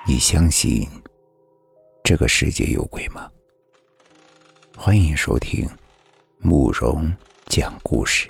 你相信这个世界有鬼吗？欢迎收听慕容讲故事。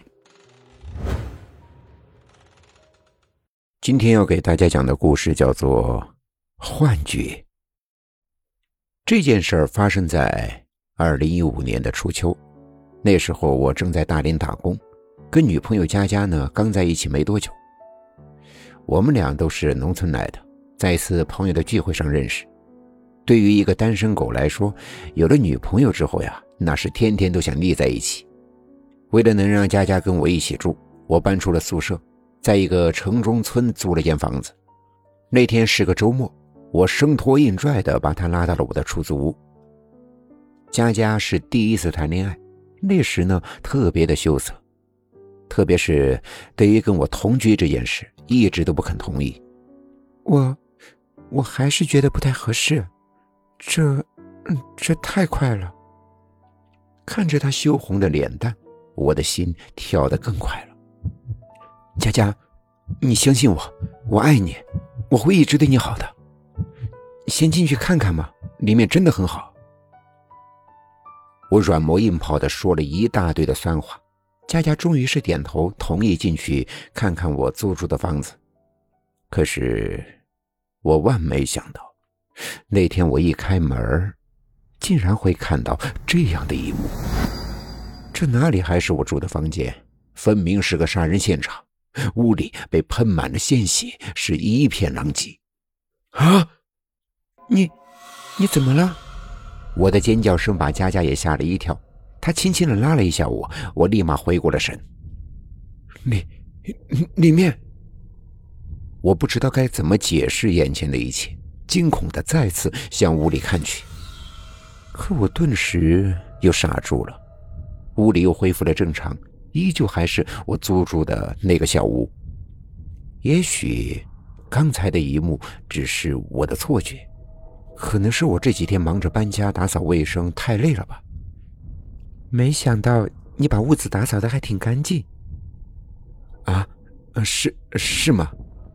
今天要给大家讲的故事叫做幻觉。这件事儿发生在2015年的初秋，那时候我正在大连打工，跟女朋友佳佳呢刚在一起没多久。我们俩都是农村来的，在一次朋友的聚会上认识。对于一个单身狗来说，有了女朋友之后呀，那是天天都想腻在一起。为了能让佳佳跟我一起住，我搬出了宿舍，在一个城中村租了间房子。那天是个周末，我生拖硬拽地把她拉到了我的出租屋。佳佳是第一次谈恋爱，那时呢特别的羞涩，特别是对于跟我同居这件事一直都不肯同意。我还是觉得不太合适，这太快了。看着她羞红的脸蛋，我的心跳得更快了。佳佳，你相信我，我爱你，我会一直对你好的。先进去看看吧，里面真的很好。我软磨硬泡地说了一大堆的酸话，佳佳终于是点头同意进去看看我租住的房子。可是我万没想到，那天我一开门，竟然会看到这样的一幕。这哪里还是我住的房间，分明是个杀人现场，屋里被喷满了鲜血，是一片狼藉。啊！你怎么了？我的尖叫声把佳佳也吓了一跳，她轻轻地拉了一下我，我立马回过了神。里面……我不知道该怎么解释眼前的一切，惊恐地再次向屋里看去。可我顿时又傻住了，屋里又恢复了正常，依旧还是我租住的那个小屋。也许刚才的一幕只是我的错觉，可能是我这几天忙着搬家打扫卫生太累了吧。没想到你把屋子打扫得还挺干净。啊，是吗？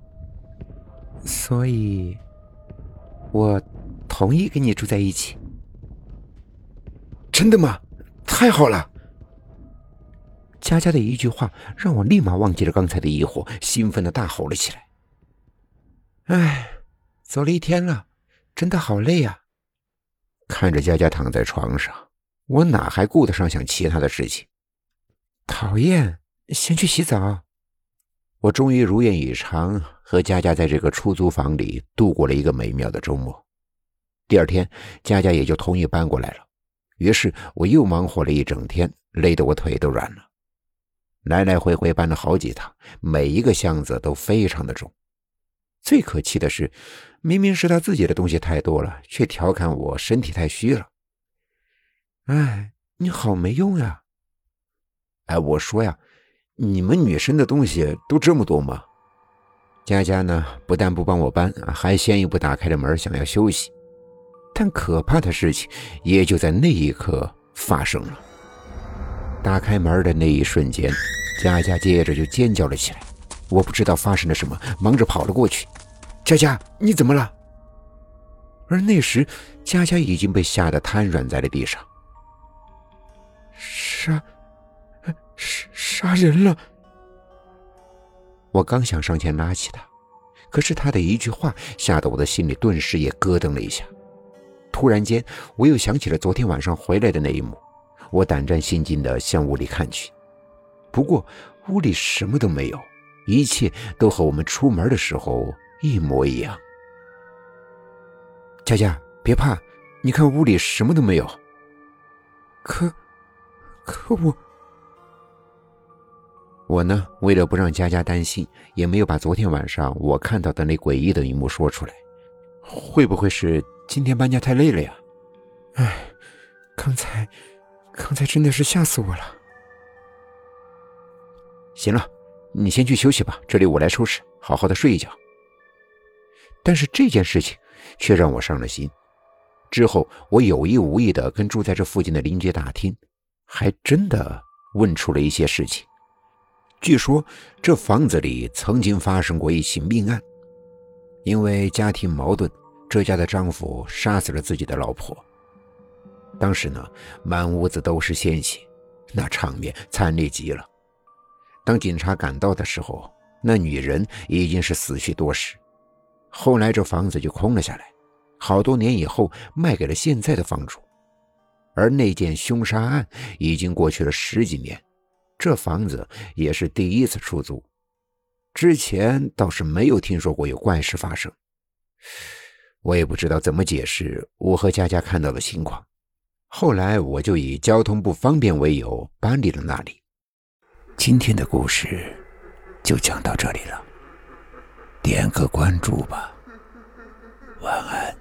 所以我同意跟你住在一起。真的吗？太好了！佳佳的一句话让我立马忘记了刚才的疑惑，兴奋地大吼了起来。哎，走了一天了，真的好累啊。看着佳佳躺在床上，我哪还顾得上想其他的事情。讨厌，先去洗澡。我终于如愿以偿，和佳佳在这个出租房里度过了一个美妙的周末。第二天，佳佳也就同意搬过来了。于是我又忙活了一整天，累得我腿都软了。来来回回搬了好几趟，每一个箱子都非常的重。最可气的是，明明是他自己的东西太多了，却调侃我身体太虚了。哎，你好没用呀！哎，我说呀，你们女生的东西都这么多吗？佳佳呢，不但不帮我搬，还先一步打开了门，想要休息。但可怕的事情也就在那一刻发生了。打开门的那一瞬间，佳佳接着就尖叫了起来。我不知道发生了什么，忙着跑了过去。佳佳，你怎么了？而那时佳佳已经被吓得瘫软在了地上。杀人了！我刚想上前拉起他，可是他的一句话吓得我的心里顿时也咯噔了一下。突然间，我又想起了昨天晚上回来的那一幕，我胆战心惊地向屋里看去。不过屋里什么都没有，一切都和我们出门的时候一模一样。佳佳，别怕，你看屋里什么都没有。可我呢，为了不让佳佳担心，也没有把昨天晚上我看到的那诡异的一幕说出来。会不会是今天搬家太累了呀？哎，刚才真的是吓死我了。行了，你先去休息吧，这里我来收拾，好好的睡一觉。但是这件事情却让我伤了心。之后我有意无意地跟住在这附近的邻居打听，还真的问出了一些事情。据说这房子里曾经发生过一起命案，因为家庭矛盾， 这家的丈夫杀死了自己的老婆。当时呢，满屋子都是鲜血，那场面惨烈极了。当警察赶到的时候，那女人已经是死去多时。后来这房子就空了下来，好多年以后卖给了现在的房主。而那件凶杀案已经过去了10几年，这房子也是第一次出租，之前倒是没有听说过有怪事发生。我也不知道怎么解释我和佳佳看到的情况，后来我就以交通不方便为由搬离了那里。今天的故事就讲到这里了，点个关注吧，晚安。